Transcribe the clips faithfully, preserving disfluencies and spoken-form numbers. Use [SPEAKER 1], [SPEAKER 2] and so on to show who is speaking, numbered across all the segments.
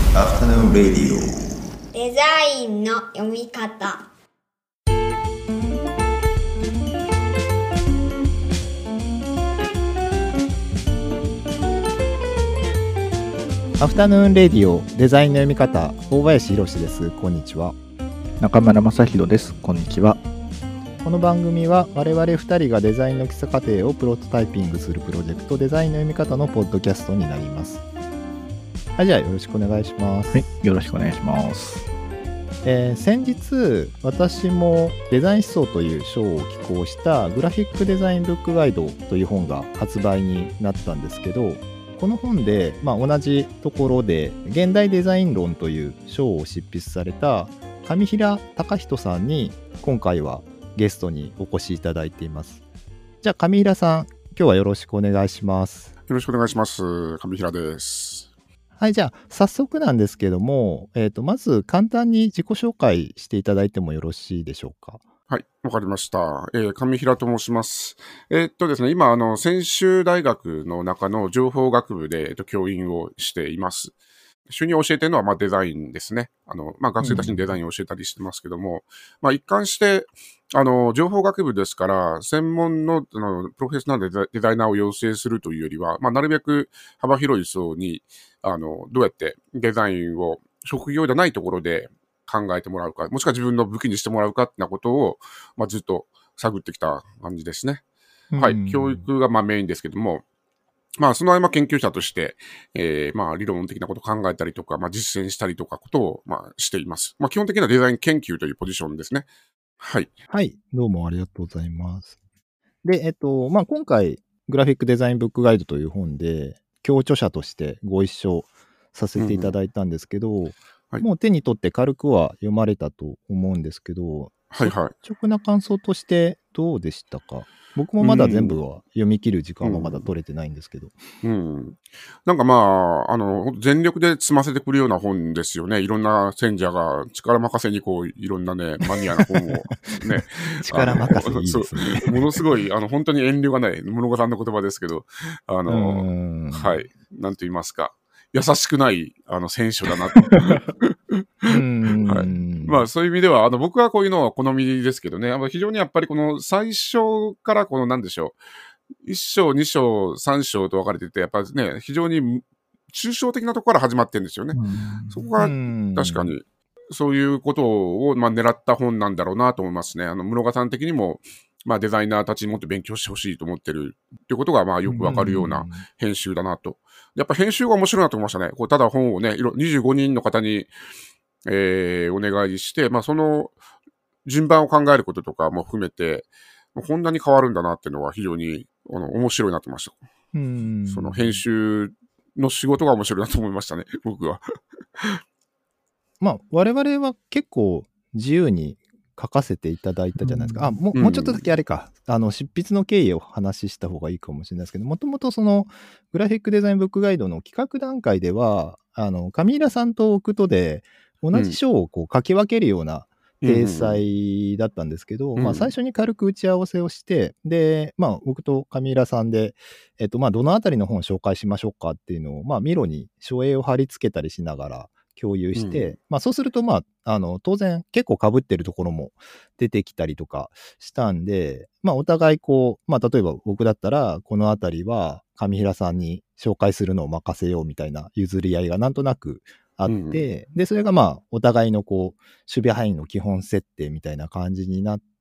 [SPEAKER 1] Afternoon Radio。
[SPEAKER 2] デザインの読み方。
[SPEAKER 3] アフタヌーンレディオデザインの読み方、大林博です。こんにちは。
[SPEAKER 4] 中村正弘です。こんにちは。
[SPEAKER 3] この番組は我々ふたりがデザインの基礎過程をプロトタイピングするプロジェクト、デザインの読み方のポッドキャストになります。はい、じゃあよろしくお願いします。
[SPEAKER 4] はい、よろしくお願いします。
[SPEAKER 3] えー、先日私もデザイン思想という章を寄稿したグラフィックデザインブックガイドという本が発売になったんですけど、この本で、まあ、同じところで現代デザイン論という章を執筆された上平隆人さんに今回はゲストにお越しいただいています。じゃあ上平さん、今日はよろしくお願いします。
[SPEAKER 5] よろしくお願いします。上平です。
[SPEAKER 3] はい、じゃあ早速なんですけども、えーと、まず簡単に自己紹介していただいてもよろしいでしょうか。
[SPEAKER 5] はい、わかりました。えー、上平と申します。えー、っとですね、今、あの、専修大学の中の情報学部で、えー、っと教員をしています。主に教えてるのは、まあ、デザインですね。あの、まあ、学生たちにデザインを教えたりしてますけども、うん、まあ、一貫して、あの、情報学部ですから、専門の、あの、プロフェッショナルデザイナーを養成するというよりは、まあ、なるべく幅広い層に、あの、どうやってデザインを職業じゃないところで考えてもらうか、もしくは自分の武器にしてもらうかってなことを、まあ、ずっと探ってきた感じですね。うん、はい。教育がまあメインですけども、まあ、その合間研究者として、えー、まあ、理論的なことを考えたりとか、まあ、実践したりとかことを、まあ、しています。まあ、基本的にはデザイン研究というポジションですね。はい。
[SPEAKER 3] はい。どうもありがとうございます。で、えっと、まあ、今回、グラフィックデザインブックガイドという本で、共著者としてご一緒させていただいたんですけど、うんうんはい、もう手に取って軽くは読まれたと思うんですけど、
[SPEAKER 5] はいはい、
[SPEAKER 3] 率直な感想としてどうでしたか？僕もまだ全部は読み切る時間はまだ取れてないんですけど。
[SPEAKER 5] うん。うん、なんかまあ、あの、全力で積ませてくるような本ですよね。いろんな選者が力任せにこう、いろんなね、マニアな本をね。
[SPEAKER 3] 力任せいいですね。
[SPEAKER 5] ものすごい、あの、本当に遠慮がない、室賀さんの言葉ですけど、あの、はい、なんと言いますか。優しくない、あの、選手だなと。
[SPEAKER 3] うん
[SPEAKER 5] はい。まあ、そういう意味では、あの、僕はこういうのは好みですけどね、非常にやっぱりこの最初からこの、なんでしょう、いっ章、に章、さん章と分かれてて、やっぱりね、非常に抽象的なところから始まってるんですよね。そこが、確かに、そういうことを、まあ、狙った本なんだろうなと思いますね。あの、室賀さん的にも、まあ、デザイナーたちにもっと勉強してほしいと思ってるっていうことが、まあ、よくわかるような編集だなと。やっぱ編集が面白いなと思いましたね。こうただ本をね、にじゅうごにんの方に、えー、お願いして、まあ、その順番を考えることとかも含めて、こんなに変わるんだなっていうのは非常にあの面白いなと思いました。
[SPEAKER 3] うん
[SPEAKER 5] その編集の仕事が面白いなと思いましたね、僕は。
[SPEAKER 3] まあ、我々は結構自由に書かせていただいたじゃないですか。あ、もう、もうちょっとだけあれか、あの、執筆の経緯をお話しした方がいいかもしれないですけど、もともとその、グラフィックデザインブックガイドの企画段階では、あの、上平さんと奥とで、同じ章をこう書き分けるような体裁だったんですけど、
[SPEAKER 5] うん、
[SPEAKER 3] まあ、最初に軽く打ち合わせをして、で、まあ、僕と上平さんで、えっと、まあ、どのあたりの本を紹介しましょうかっていうのを、まあ、ミロに書影を貼り付けたりしながら、共有して、うん、まあそうすると、まあ、あの、当然結構被ってるところも出てきたりとかしたんで、まあお互いこう、まあ例えば僕だったら、このあたりは上平さんに紹介するのを任せようみたいな譲り合いがなんとなくあって、うん、で、それがまあお互いのこう、守備範囲の基本設定みたいな感じになって、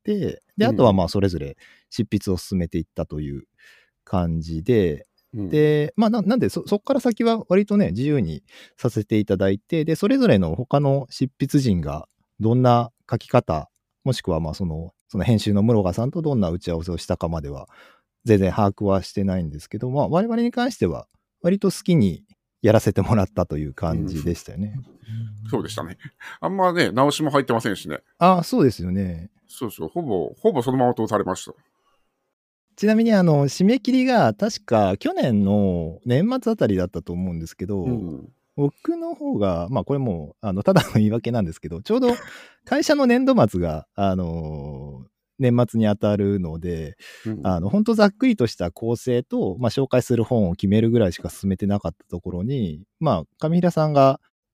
[SPEAKER 3] で、あとはまあそれぞれ執筆を進めていったという感じで、で、まあな、なんでそ、そこから先は割とね、自由にさせていただいて、で、それぞれの他の執筆陣がどんな書き方、もしくはまあその、その編集の室賀さんとどんな打ち合わせをしたかまでは、全然把握はしてないんですけど、まあ我々に関しては、割と好きにやらせてもらったという感じでしたよね。
[SPEAKER 5] うん、そうでしたね。あんまね、直しも入ってませんしね。
[SPEAKER 3] ああ、そうですよね。
[SPEAKER 5] そうそう、ほぼ、ほぼそのまま通されました。
[SPEAKER 3] ちなみにあの締め切りが確か去年の年末あたりだったと思うんですけど、うん、僕の方がまあこれもあのただの言い訳なんですけど、ちょうど会社の年度末があの年末に当たるので、うん、あの本当ざっくりとした構成と、まあ、紹介する本を決めるぐらいしか進めてなかったところに、まあ、上平さんが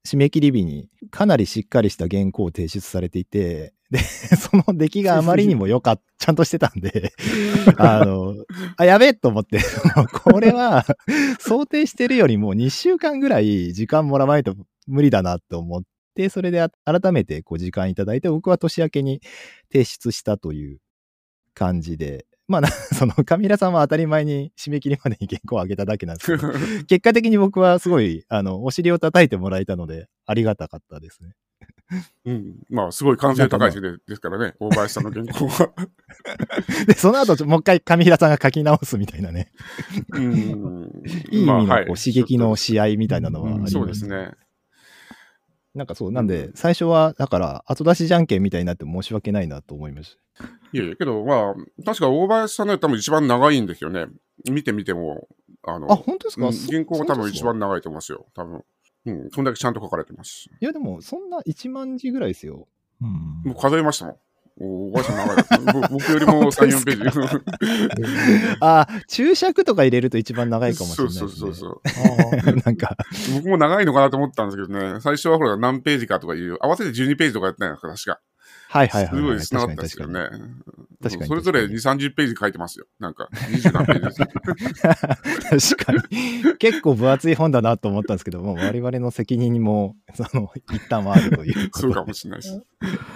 [SPEAKER 3] 締め切り日にかなりしっかりした原稿を提出されていて、で、その出来があまりにも良かった、ちゃんとしてたんで、あの、あ、やべえと思って、これは想定してるよりもにしゅうかんぐらい時間もらわないと無理だなと思って、それで改めてこう時間いただいて、僕は年明けに提出したという感じで、まあ、その、カミラさんは当たり前に締め切りまでに原稿を上げただけなんですけど、結果的に僕はすごい、あの、お尻を叩いてもらえたので、ありがたかったですね。
[SPEAKER 5] うん。まあ、すごい完成高いしでですからね、大林さんの原稿は。
[SPEAKER 3] で、その後、もう一回上平さんが書き直すみたいなね。
[SPEAKER 5] うん。
[SPEAKER 3] いい意味のこう、
[SPEAKER 5] まあはい、
[SPEAKER 3] 刺激の試合みたいなのはあります、
[SPEAKER 5] うん、そうですね。
[SPEAKER 3] なんかそう、なんで、最初は、だから、後出しじゃんけんみたいになって申し訳ないなと思いました。
[SPEAKER 5] いやいや、けど、まあ、確か大林さんの多分一番長いんですよね。見てみても、あの、
[SPEAKER 3] あ、本当ですか、
[SPEAKER 5] うん、原稿が多分一番長いと思いますよ。多分。うん、そんだけちゃんと書かれてます。
[SPEAKER 3] いや、でも、そんないちまんじぐらいですよ。
[SPEAKER 4] うん、
[SPEAKER 5] もう数えましたもん。お大林さん長いです。僕よりもさん、よんページ。
[SPEAKER 3] あ、注釈とか入れると一番長いかもしれないですね。
[SPEAKER 5] そうそうそうそう。
[SPEAKER 3] なんか。
[SPEAKER 5] 僕も長いのかなと思ったんですけどね。最初はほら何ページかとかいう、合わせてじゅうにページとかやってないのか、確か。
[SPEAKER 3] はいはいはい、はい。
[SPEAKER 5] すごい少なかったですけどね。
[SPEAKER 3] 確かに。
[SPEAKER 5] それぞれに、さんじゅうページ書いてますよ。なんか、にじゅう何ページです。
[SPEAKER 3] 確かに。結構分厚い本だなと思ったんですけど、もう我々の責任にも、その、一旦はあるということ。
[SPEAKER 5] そうかもしれないです。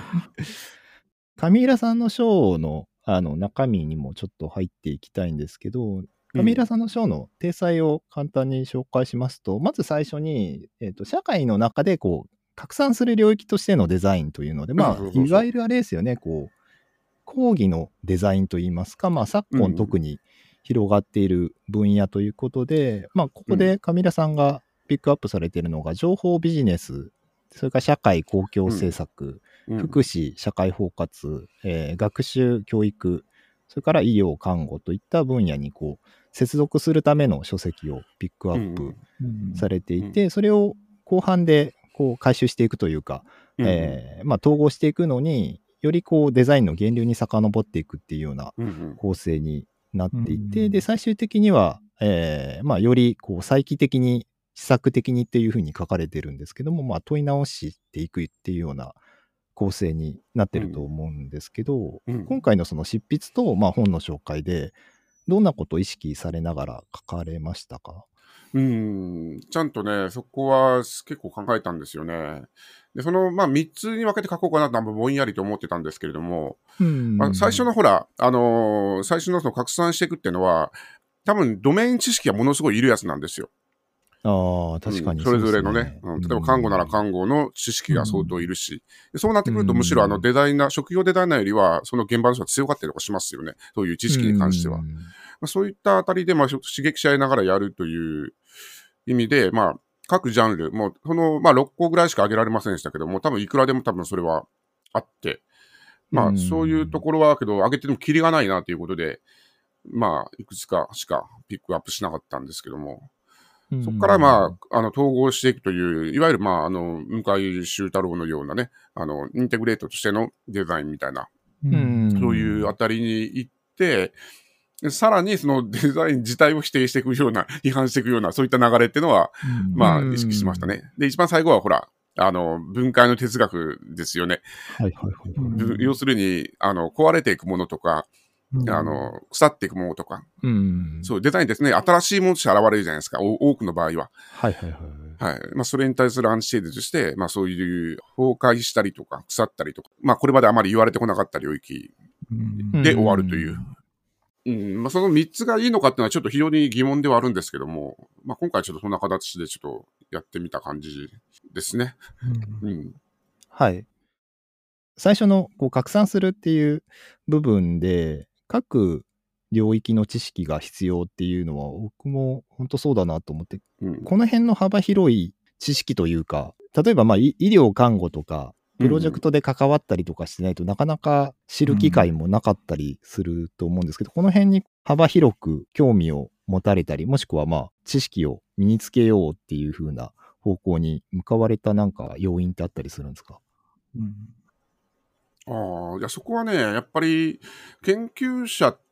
[SPEAKER 3] 上平さんの章の、あの、中身にもちょっと入っていきたいんですけど、上平さんの章の体裁を簡単に紹介しますと、うん、まず最初に、えーと、社会の中でこう、拡散する領域としてのデザインというので、まあ、いわゆるあれですよね、こう、講義のデザインといいますか、まあ、昨今特に広がっている分野ということで、うん、まあ、ここで上平さんがピックアップされているのが、情報ビジネス、それから社会公共政策、うん、福祉、社会包括、えー、学習、教育、それから医療、看護といった分野にこう接続するための書籍をピックアップされていて、うん、それを後半でこう回収していくというか、うん、えーまあ、統合していくのによりこうデザインの源流に遡っていくっていうような構成になっていて、うん、で最終的には、えーまあ、よりこう再帰的に施策的にっていうふうに書かれてるんですけども、まあ、問い直していくっていうような構成になってると思うんですけど、うん、今回のその執筆と、まあ、本の紹介でどんなことを意識されながら書かれましたか？
[SPEAKER 5] うん、ちゃんとね、そこは結構考えたんですよね。で、その、まあ、みっつに分けて書こうかなとぼんやりと思ってたんですけれども、
[SPEAKER 3] うん
[SPEAKER 5] まあ、最初のほら、あのー、最初のその拡散していくっていうのは、多分ドメイン知識がものすごいいるやつなんですよ。
[SPEAKER 3] ああ、確かに、
[SPEAKER 5] うん、それぞれのね、うん、例えば看護なら看護の知識が相当いるし、うん、そうなってくるとむしろあのデザイナー、職業デザイナーよりはその現場の人が強かったりとかしますよね。そういう知識に関しては。うん、まあ、そういったあたりで、まあ、刺激し合いながらやるという意味で、まあ、各ジャンル、もうこの、まあ、ろっこぐらいしか挙げられませんでしたけども、多分いくらでも多分それはあって、まあ、そういうところはけど、挙げてもキリがないなということで、まあ、いくつかしかピックアップしなかったんですけども、そこからまあ、あの、統合していくという、いわゆるまあ、あの、向井修太郎のようなね、あの、インテグレートとしてのデザインみたいな、
[SPEAKER 3] うん
[SPEAKER 5] そういうあたりに行って、さらにそのデザイン自体を否定していくような、批判していくような、そういった流れっていうのは、まあ、意識しましたね。で、一番最後はほら、あの、分解の哲学ですよね。
[SPEAKER 3] はいはいはい。
[SPEAKER 5] 要するに、あの、壊れていくものとか、うん、あの、腐っていくものとか、うん、そう、デザインですね、新しいものとして現れるじゃないですか、多くの場合は。
[SPEAKER 3] はいはいはい。
[SPEAKER 5] はい。まあ、それに対するアンチテーゼとして、まあ、そういう崩壊したりとか、腐ったりとか、まあ、これまであまり言われてこなかった領域で終わるという。うん、うんまあ、そのみっつがいいのかっていうのはちょっと非常に疑問ではあるんですけども、まあ、今回ちょっとそんな形でちょっとやってみた感じですね。うん。うん、
[SPEAKER 3] はい。最初のこう拡散するっていう部分で、各領域の知識が必要っていうのは僕も本当そうだなと思って、うん、この辺の幅広い知識というか、例えばまあ医療看護とかプロジェクトで関わったりとかしてないと、うん、なかなか知る機会もなかったりすると思うんですけど、うん、この辺に幅広く興味を持たれたり、もしくはまあ知識を身につけようっていう風な方向に向かわれたなんか要因ってあったりするんですか？
[SPEAKER 5] うんああ、いやそこはね、やっぱり研究者っ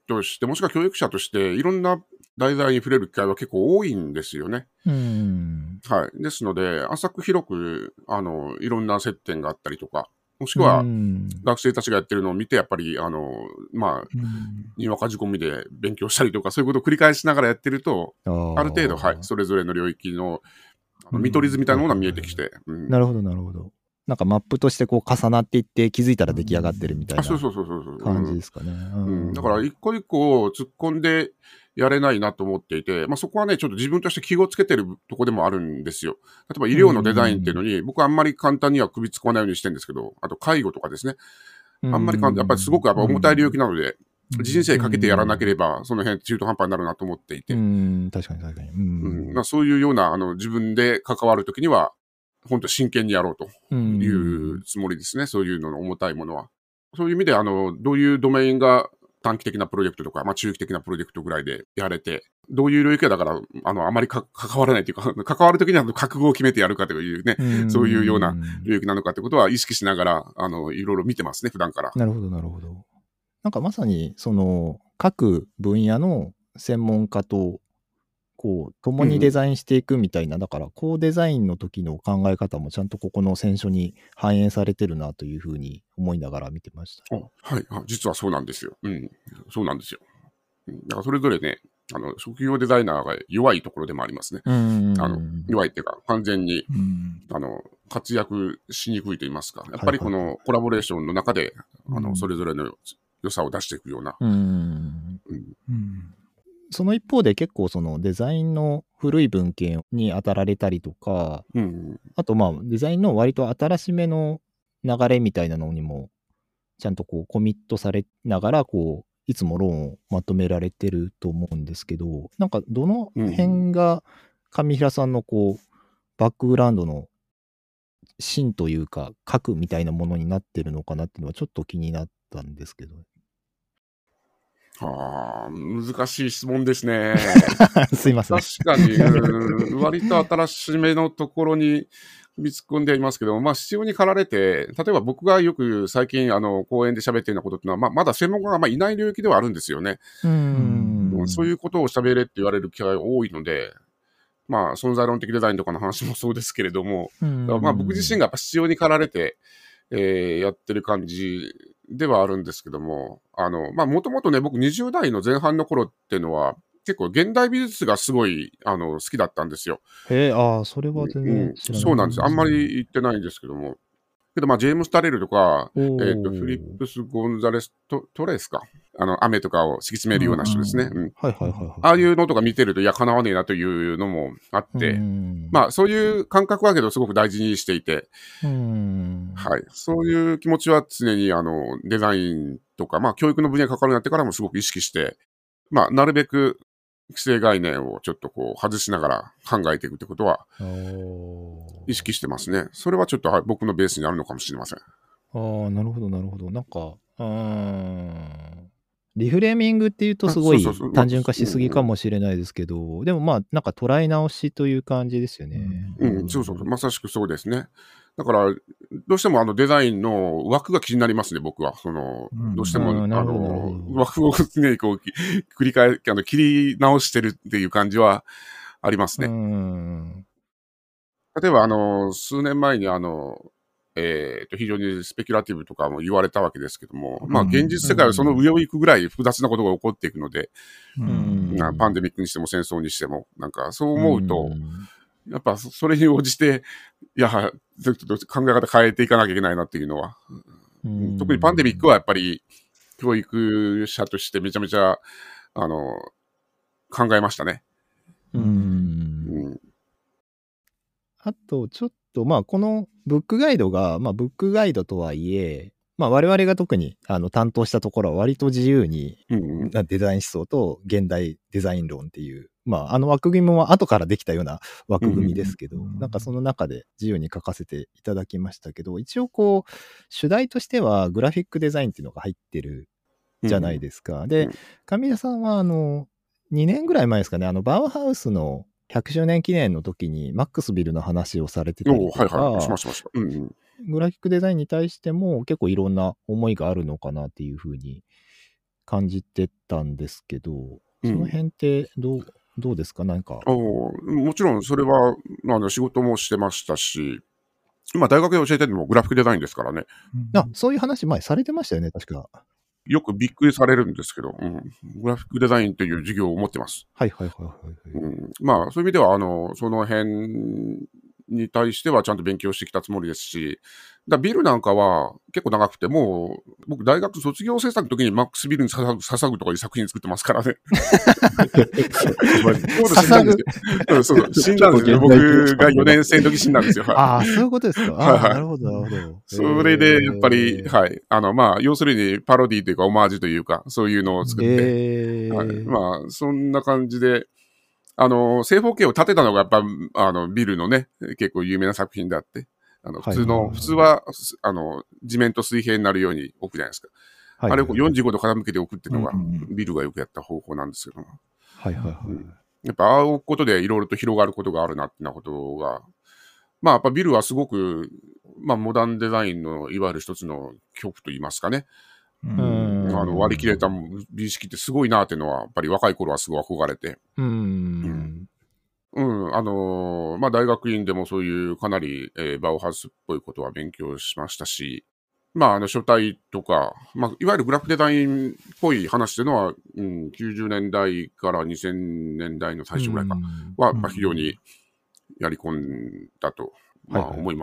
[SPEAKER 5] として、もしくは教育者として、いろんな題材に触れる機会は結構多いんですよね。
[SPEAKER 3] うん。
[SPEAKER 5] はい。ですので、浅く広く、あの、いろんな接点があったりとか、もしく
[SPEAKER 3] う
[SPEAKER 5] は
[SPEAKER 3] ん。
[SPEAKER 5] 学生たちがやってるのを見て、やっぱり、あの、まあ、
[SPEAKER 4] うん
[SPEAKER 5] にわか仕込みで勉強したりとか、そういうことを繰り返しながらやってると、
[SPEAKER 3] あー
[SPEAKER 5] ある程度、はい、それぞれの領域のあの
[SPEAKER 4] うん
[SPEAKER 5] 見取り図みたいなものが見えてきて。うん
[SPEAKER 3] なるほど、なるほど。なんかマップとしてこう重なっていって気づいたら出来上がってるみたい
[SPEAKER 5] あ、そう
[SPEAKER 3] な
[SPEAKER 5] そうそうそうそう。
[SPEAKER 3] 感じですかね。う
[SPEAKER 5] うん、だから、一個一個突っ込んでやれないなと思っていて、まあ、そこはね、ちょっと自分として気をつけてるとこでもあるんですよ。例えば医療のデザインっていうのに、僕はあんまり簡単には首突っ込まないようにしてるんですけど、あと介護とかですね。あんまり簡単、やっぱりすごくやっぱ重たい領域なので、人生かけてやらなければ、その辺中途半端になるなと思っていて、
[SPEAKER 3] う
[SPEAKER 5] うん
[SPEAKER 3] ん、確かに確かに。う
[SPEAKER 5] うん
[SPEAKER 3] ん。
[SPEAKER 5] まあ、そういうようなあの自分で関わるときには、本当真剣にやろうと
[SPEAKER 3] うん
[SPEAKER 5] いうつもりですね、そういうのの重たいものは。そういう意味で、あの、どういうドメインが短期的なプロジェクトとか、まあ、中期的なプロジェクトぐらいでやれて、どういう領域がだから、あの、あまりか関わらないというか、関わるときには覚悟を決めてやるかというね、
[SPEAKER 3] うん
[SPEAKER 5] そういうような領域なのかということは意識しながら、あの、いろいろ見てますね、普段から。
[SPEAKER 3] なるほど、なるほど。なんかまさに、その、各分野の専門家と、こう、共にデザインしていくみたいな、だから、コーデザインの時の考え方もちゃんとここの選書に反映されてるなというふうに思いながら見てました。
[SPEAKER 5] あはい、あ実はそうなんですよ。うん、そうなんですよ。うんだからそれぞれね、あの、職業デザイナーが弱いところでもありますね。
[SPEAKER 3] うん
[SPEAKER 5] あの、弱いっていうか、完全に、
[SPEAKER 4] うん
[SPEAKER 5] あの、活躍しにくいと言いますか、やっぱりこ
[SPEAKER 3] はいは
[SPEAKER 5] のコラボレーションの中で、あの、
[SPEAKER 4] うん
[SPEAKER 5] それぞれの良さを出していくような。
[SPEAKER 3] うん。
[SPEAKER 5] うん
[SPEAKER 4] うん
[SPEAKER 3] その一方で結構そのデザインの古い文献に当たられたりとか、
[SPEAKER 5] うん
[SPEAKER 3] あとまあデザインの割と新しめの流れみたいなのにもちゃんとこうコミットされながらこういつも論をまとめられてると思うんですけど、なんかどの辺が上平さんのこうバックグラウンドの芯というか核みたいなものになってるのかなっていうのはちょっと気になったんですけど。
[SPEAKER 5] はあ、難しい質問ですね。
[SPEAKER 3] すいません。
[SPEAKER 5] 確かに、うん割と新しめのところに踏み突っ込んでいますけど、まあ、必要に駆られて、例えば僕がよく最近、あの、講演で喋っているようなことっていうのは、まあ、まだ専門家がまあいない領域ではあるんですよね。
[SPEAKER 3] うん。
[SPEAKER 5] そういうことを喋れって言われる機会が多いので、まあ、存在論的デザインとかの話もそうですけれども、
[SPEAKER 3] うん
[SPEAKER 5] まあ、僕自身がやっぱ必要に駆られて、えーやってる感じではあるんですけども、あの、まあ、もともとね、僕にじゅう代の前半の頃っていうのは、結構現代美術がすごい、あの、好きだったんですよ。
[SPEAKER 3] へえ、ああ、それは全
[SPEAKER 5] うん、
[SPEAKER 3] 然知らない、
[SPEAKER 5] そうなんですよ。あんまり言ってないんですけども。けど、まあ、ジェームス・タレルとか、えっ、
[SPEAKER 3] おー
[SPEAKER 5] と、フリップス・ゴンザレスト・トレスか。あの、雨とかを敷き詰めるような人ですね。うん
[SPEAKER 3] はいはいはいはい。
[SPEAKER 5] ああいうのとか見てると、いや、叶わねえなというのもあって、
[SPEAKER 3] うん
[SPEAKER 5] まあ、そういう感覚はけど、すごく大事にしていて、
[SPEAKER 3] うん。
[SPEAKER 5] はい。そういう気持ちは常に、あの、デザインとか、まあ、教育の分野に関わるようになってからもすごく意識して、まあ、なるべく規制概念をちょっとこう、外しながら考えていくってことは
[SPEAKER 3] お
[SPEAKER 5] 意識してますね。それはちょっとはい僕のベースにあるのかもしれません。
[SPEAKER 3] ああ、なるほどなるほど。なんか、うーん。リフレーミングっていうとすごい
[SPEAKER 5] あそうそうそう
[SPEAKER 3] 単純化しすぎかもしれないですけど、でもまあ、なんか捉え直しという感じですよね。
[SPEAKER 5] うん、そうそうそう。まさしくそうですね。だから、どうしてもあのデザインの枠が気になりますね、僕は。その、
[SPEAKER 4] うん
[SPEAKER 5] どうしても、あ
[SPEAKER 3] うんなるほどなるほ
[SPEAKER 5] の、
[SPEAKER 3] ど
[SPEAKER 5] 枠を常にこう、き繰り返、あの、切り直してるっていう感じはあります
[SPEAKER 3] う
[SPEAKER 5] ね。
[SPEAKER 3] ん。
[SPEAKER 5] 例えば、あの、数年前にあの、えっと、非常にスペキュラティブとかも言われたわけですけども、まあ、
[SPEAKER 4] うん
[SPEAKER 5] 現実世界はその上を行くぐらい複雑なことが起こっていくので、
[SPEAKER 3] うん
[SPEAKER 5] なパンデミックにしても戦争にしても、なんかそう思うと、
[SPEAKER 3] ん
[SPEAKER 5] やっぱそそれに応じて、いや、ちょっと考え方変えていかなきゃいけないなっていうのは、
[SPEAKER 3] うん
[SPEAKER 5] 特にパンデミックはやっぱり教育者としてめちゃめちゃ、あの、考えましたね。
[SPEAKER 3] うん
[SPEAKER 5] うん。
[SPEAKER 3] あと、ちょっと、まあ、このブックガイドが、まあ、ブックガイドとはいえ、まあ、我々が特にあの担当したところは割と自由に
[SPEAKER 5] うんうん。
[SPEAKER 3] デザイン思想と現代デザイン論っていう、まあ、あの枠組みも後からできたような枠組みですけど、
[SPEAKER 4] うん
[SPEAKER 3] なんかその中で自由に書かせていただきましたけど、一応こう、主題としてはグラフィックデザインっていうのが入ってるじゃないですか。で
[SPEAKER 5] うん、
[SPEAKER 3] 神谷さんはあの、にねんぐらい前ですかね、あの、バウハウスのひゃくしゅうねん記念の時にマックスビルの話をされてたり
[SPEAKER 5] おーはい
[SPEAKER 3] とか、
[SPEAKER 5] はい。しましたしました。うんうん。
[SPEAKER 3] グラフィックデザインに対しても結構いろんな思いがあるのかなっていうふうに感じてたんですけど、
[SPEAKER 5] うん
[SPEAKER 3] その辺ってどう、どうですかなんか。
[SPEAKER 5] おもちろんそれはあの仕事もしてましたし、今大学で教えてるのもグラフィックデザインですからね。
[SPEAKER 3] あ、そういう話前されてましたよね、確か。
[SPEAKER 5] よくびっくりされるんですけど、うん、グラフィックデザインという授業を持ってます。
[SPEAKER 3] はいはいはいはい、はい
[SPEAKER 5] うん、まあそういう意味ではあのその辺に対してはちゃんと勉強してきたつもりですし、だビルなんかは結構長くて、もう僕大学卒業制作の時にマックスビルに捧ぐ捧ぐとかいう作品作ってますからね。
[SPEAKER 3] 捧ぐ
[SPEAKER 5] そうそう死んだんですよ。僕がよねん生の時死んだんですよ。はい、
[SPEAKER 3] ああ、そういうことですか。ああ、なるほど、なるほど。
[SPEAKER 5] それでやっぱり、はい、あのまあ要するにパロディというかオマージュというかそういうのを作って、
[SPEAKER 3] えー
[SPEAKER 5] はい、まあそんな感じで。あの、正方形を立てたのがやっぱ、あの、ビルのね、結構有名な作品であって、あの、普通の、はいはいはい、普通は、あの、地面と水平になるように置くじゃないですか。はいはいはい、あれをこうよんじゅうごど傾けて置くっていうのが、ビルがよくやった方法なんですけども。
[SPEAKER 3] はいはいはい。うん、
[SPEAKER 5] やっぱ、ああ置くことでいろいろと広がることがあるなってなことが、まあ、やっぱビルはすごく、まあ、モダンデザインのいわゆる一つの極といいますかね。うん、あの割り切れた美意識ってすごいなっていうのはやっぱり若い頃はすごい憧れて、うんうん、あのー、まあ大学院でもそういうかなり、えー、バウハウスっぽいことは勉強しましたし、まああの書体とか、まあいわゆるグラフデザインっぽい話っていうのは、うん、きゅうじゅうねんだいからにせんねんだいの最初ぐらいかは、まあ、非常にやり込んだと、まあ、思います。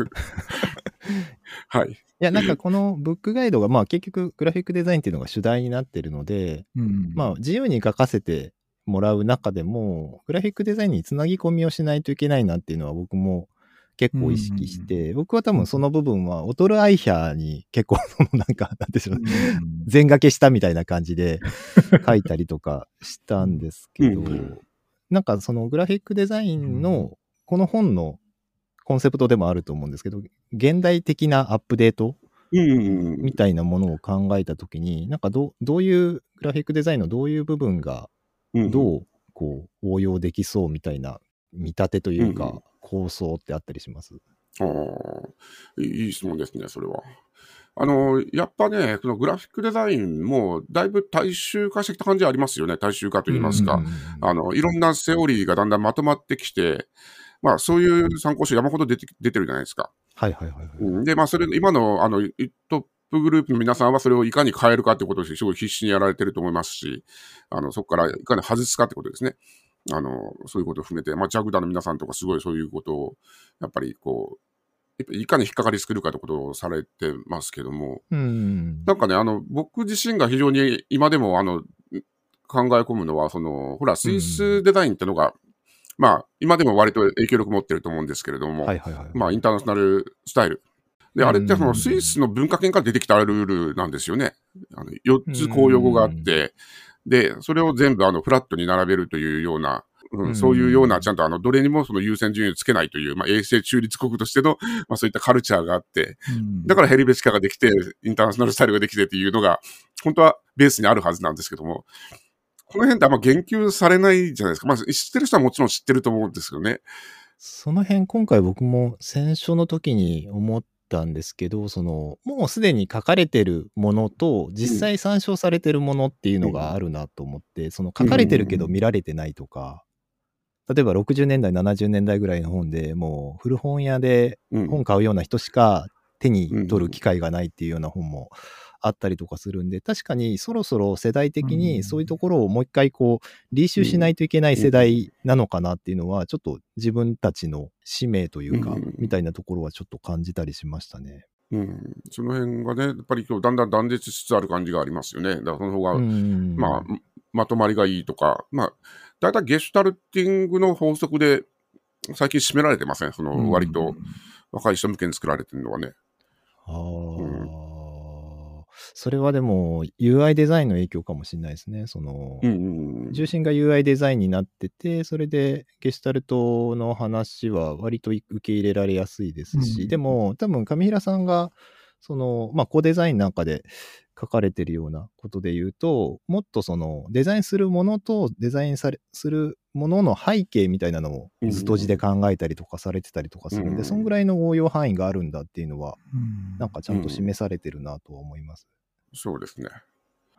[SPEAKER 5] はい。
[SPEAKER 3] いや、なんかこのブックガイドが、まあ結局グラフィックデザインっていうのが主題になってるので、うん、まあ自由に書かせてもらう中でも、グラフィックデザインにつなぎ込みをしないといけないなっていうのは僕も結構意識して、うん、僕は多分その部分はオトルアイヒャーに結構そのなんか、なんでしょうね、全掛けしたみたいな感じで書いたりとかしたんですけど、うん、なんかそのグラフィックデザインのこの本のコンセプトでもあると思うんですけど、現代的なアップデートみたいなものを考えたときに、なんかど、どういうグラフィックデザインのどういう部分がどうこう応用できそうみたいな見立てというか構想ってあったりします？
[SPEAKER 5] ああ、いい質問ですね、それは。あの、やっぱね、そのグラフィックデザインもだいぶ大衆化してきた感じはありますよね。大衆化といいますか、あの、いろんなセオリーがだんだんまとまってきて、まあ、そういう参考書山ほど出て、出てるじゃないですか。
[SPEAKER 3] はいはいはい、はい
[SPEAKER 5] うん。で、まあ、それ、今の、あの、トップグループの皆さんはそれをいかに変えるかってことをすごい必死にやられてると思いますし、あの、そこからいかに外すかってことですね。あの、そういうことを含めて、まあ、ジャグダの皆さんとかすごいそういうことを、やっぱりこう、いかに引っかかり作るかってことをされてますけども、
[SPEAKER 3] うん、
[SPEAKER 5] なんかね、あの、僕自身が非常に今でも、あの、考え込むのは、その、ほら、スイスデザインってのが、まあ、今でも割と影響力持ってると思うんですけれども、
[SPEAKER 3] はいはいはい、
[SPEAKER 5] まあ、インターナショナルスタイル。で、あれってそのスイスの文化圏から出てきたルールなんですよね。あのよっつ公用語があって、で、それを全部あのフラットに並べるというような、うん、そういうような、ちゃんとあの、どれにもその優先順位をつけないという、まあ、永世中立国としての、まあ、そういったカルチャーがあって、だからヘルベチカができて、インターナショナルスタイルができてっていうのが、本当はベースにあるはずなんですけども、この辺ってあんま言及されないじゃないですか。まあ、知ってる人はもちろん知ってると思うんですよね。
[SPEAKER 3] その辺、今回僕も選書の時に思ったんですけど、その、もうすでに書かれてるものと、実際参照されてるものっていうのがあるなと思って、うん、その書かれてるけど見られてないとか、例えばろくじゅうねんだい、ななじゅうねんだいぐらいの本でもう古本屋で本買うような人しか手に取る機会がないっていうような本もあったりとかするんで、確かにそろそろ世代的にそういうところをもう一回こう履修しないといけない世代なのかなっていうのは、ちょっと自分たちの使命というかみたいなところはちょっと感じたりしましたね。
[SPEAKER 5] うん、その辺がね、やっぱり今日だんだん断絶しつつある感じがありますよね。だからその方が、まあ、まとまりがいいとか、まあ、だいたいゲシュタルティングの法則で最近占められてません。その割と若い人向けに作られてるのはね。
[SPEAKER 3] ああ、うん、それはでも ユーアイ デザインの影響かもしれないですね。その、うんうんうん、重心が ユーアイ デザインになってて、それでゲシュタルトの話は割と受け入れられやすいですし、うん、でも多分上平さんがその、まあ、コデザインなんかで書かれてるようなことで言うと、もっとそのデザインするものとデザインされするものの背景みたいなのを図とじで考えたりとかされてたりとかするんで、うん、そんぐらいの応用範囲があるんだっていうのは、うん、なんかちゃんと示されてるなとは思います。
[SPEAKER 5] そうですね。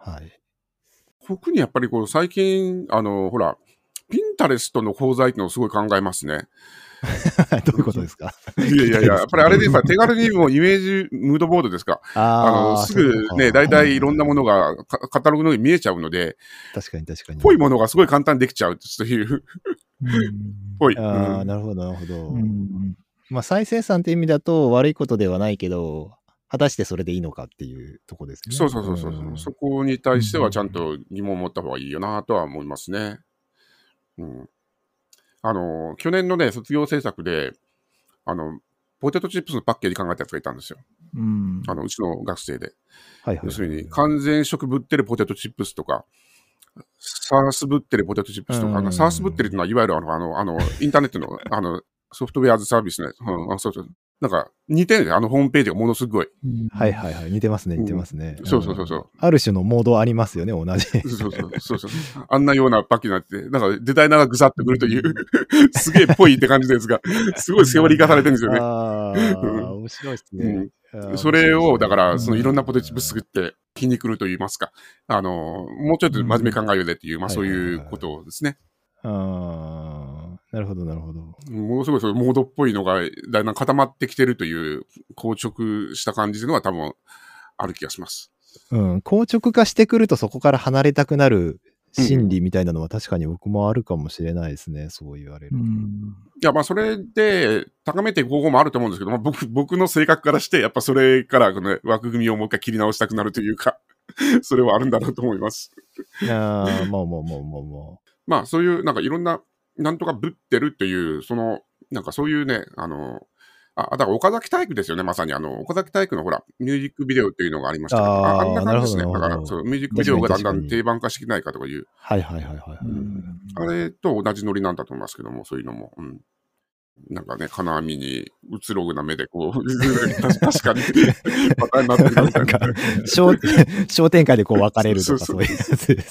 [SPEAKER 3] はい。
[SPEAKER 5] 特にやっぱりこう最近、あの、ほら、ピンタレストの講座っていうのをすごい考えますね。
[SPEAKER 3] どういうことですか？
[SPEAKER 5] いやいやいや、やっぱりあれでやっぱ手軽にもうイメージムードボードですか。あの、すぐね、大体いろんなものがカタログのように見えちゃうので、
[SPEAKER 3] 確かに確かに。
[SPEAKER 5] ぽいものがすごい簡単にできちゃうという。ぽい。
[SPEAKER 3] ああ、なるほど、なるほど。まあ、再生産って意味だと悪いことではないけど、果たしてそれでいいのかっていうところですね。
[SPEAKER 5] そうそうそうそう、うん。そこに対してはちゃんと疑問を持った方がいいよなとは思いますね。うん。あの、去年のね、卒業制作で、あの、ポテトチップスのパッケージ考えたやつがいたんですよ。うん、あの、うちの学生で。はいはいはい、要するに、完全食ぶってるポテトチップスとか、サースぶってるポテトチップスとか、うん、サースぶってるっていうのは、いわゆるあの、あの、あのインターネットの、あの、ソフトウェアズサービスね。うん、あそうそう。なんか、似てるね。あのホームページがものすごい。
[SPEAKER 3] うん、はいはいはい。似てますね、似てますね。
[SPEAKER 5] うん、そうそうそうそう。
[SPEAKER 3] ある種のモードありますよね、同じ。
[SPEAKER 5] そうそうそうそう。あんなようなパッケージになって、なんかデザイナーがぐさっとくるという、すげえっぽいって感じですが、すごいセオリー化されてるんですよね。
[SPEAKER 3] ああ、面白いですね。
[SPEAKER 5] うん、それを、だから、そのいろんなポテトチップス作って、気に来ると言いますか、あの、もうちょっと真面目考えようぜっていう、まあそういうことですね。
[SPEAKER 3] ああ、なるほど、なるほど。
[SPEAKER 5] ものすごいそういうモードっぽいのがだんだん固まってきてるという硬直した感じというのは多分ある気がします。
[SPEAKER 3] うん、硬直化してくるとそこから離れたくなる心理みたいなのは確かに僕もあるかもしれないですね、うん、そう言われると。うん、
[SPEAKER 5] いや、まあそれで高めていく方法もあると思うんですけど、まあ、僕, 僕の性格からしてやっぱそれからこの枠組みをもう一回切り直したくなるというか、それはあるんだろうと思います。
[SPEAKER 3] いやまあまあまあまあまあ。
[SPEAKER 5] まあそういうなんかいろんななんとかぶってるっていう、その、なんかそういうね、あの、あ、だから岡崎体育ですよね、まさに。あの、岡崎体育のほら、ミュージックビデオっていうのがありましたけど、あ, あんな感じですね。だから、そう、ミュージックビデオがだんだん定番化してきないかとかいう。
[SPEAKER 3] はいはいはいはい、
[SPEAKER 5] うん。あれと同じノリなんだと思いますけども、そういうのも。うん。なんかね、金網にうつろぐな目でこう、確かに、バカになってるみたいな。
[SPEAKER 3] 商, 商店会でこう分かれるとかそういうやつです。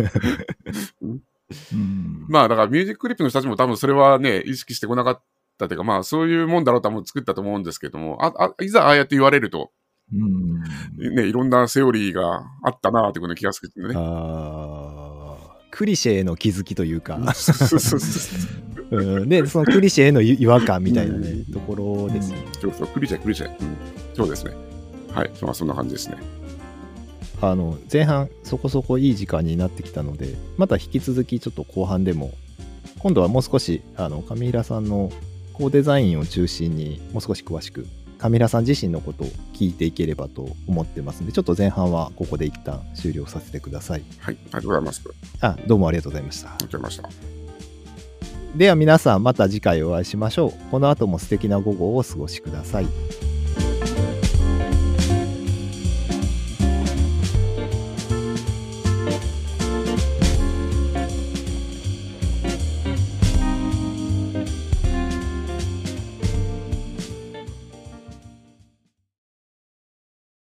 [SPEAKER 5] うん、まあだからミュージッククリップの人たちも多分それはね意識してこなかったというか、まあそういうもんだろうとは作ったと思うんですけども、ああいざああやって言われると、うんね、いろんなセオリーがあったなという気がするんでね。
[SPEAKER 3] あクリシェへの気づきというかうん、でそのクリシェへの違和感みたいなね、うん、ところですね。
[SPEAKER 5] そうそうクリシェクリシェ、うん、そうですね。はい、まあそんな感じですね。
[SPEAKER 3] あの前半そこそこいい時間になってきたので、また引き続きちょっと後半でも今度はもう少しあの上平さんのコーデザインを中心にもう少し詳しく上平さん自身のことを聞いていければと思ってますので、ちょっと前半はここで一旦終了させてください。
[SPEAKER 5] はい、ありがとうございます。
[SPEAKER 3] あ、どうもありがとうございました。
[SPEAKER 5] ありがとうございました。
[SPEAKER 3] では皆さんまた次回お会いしましょう。この後も素敵な午後をお過ごしください。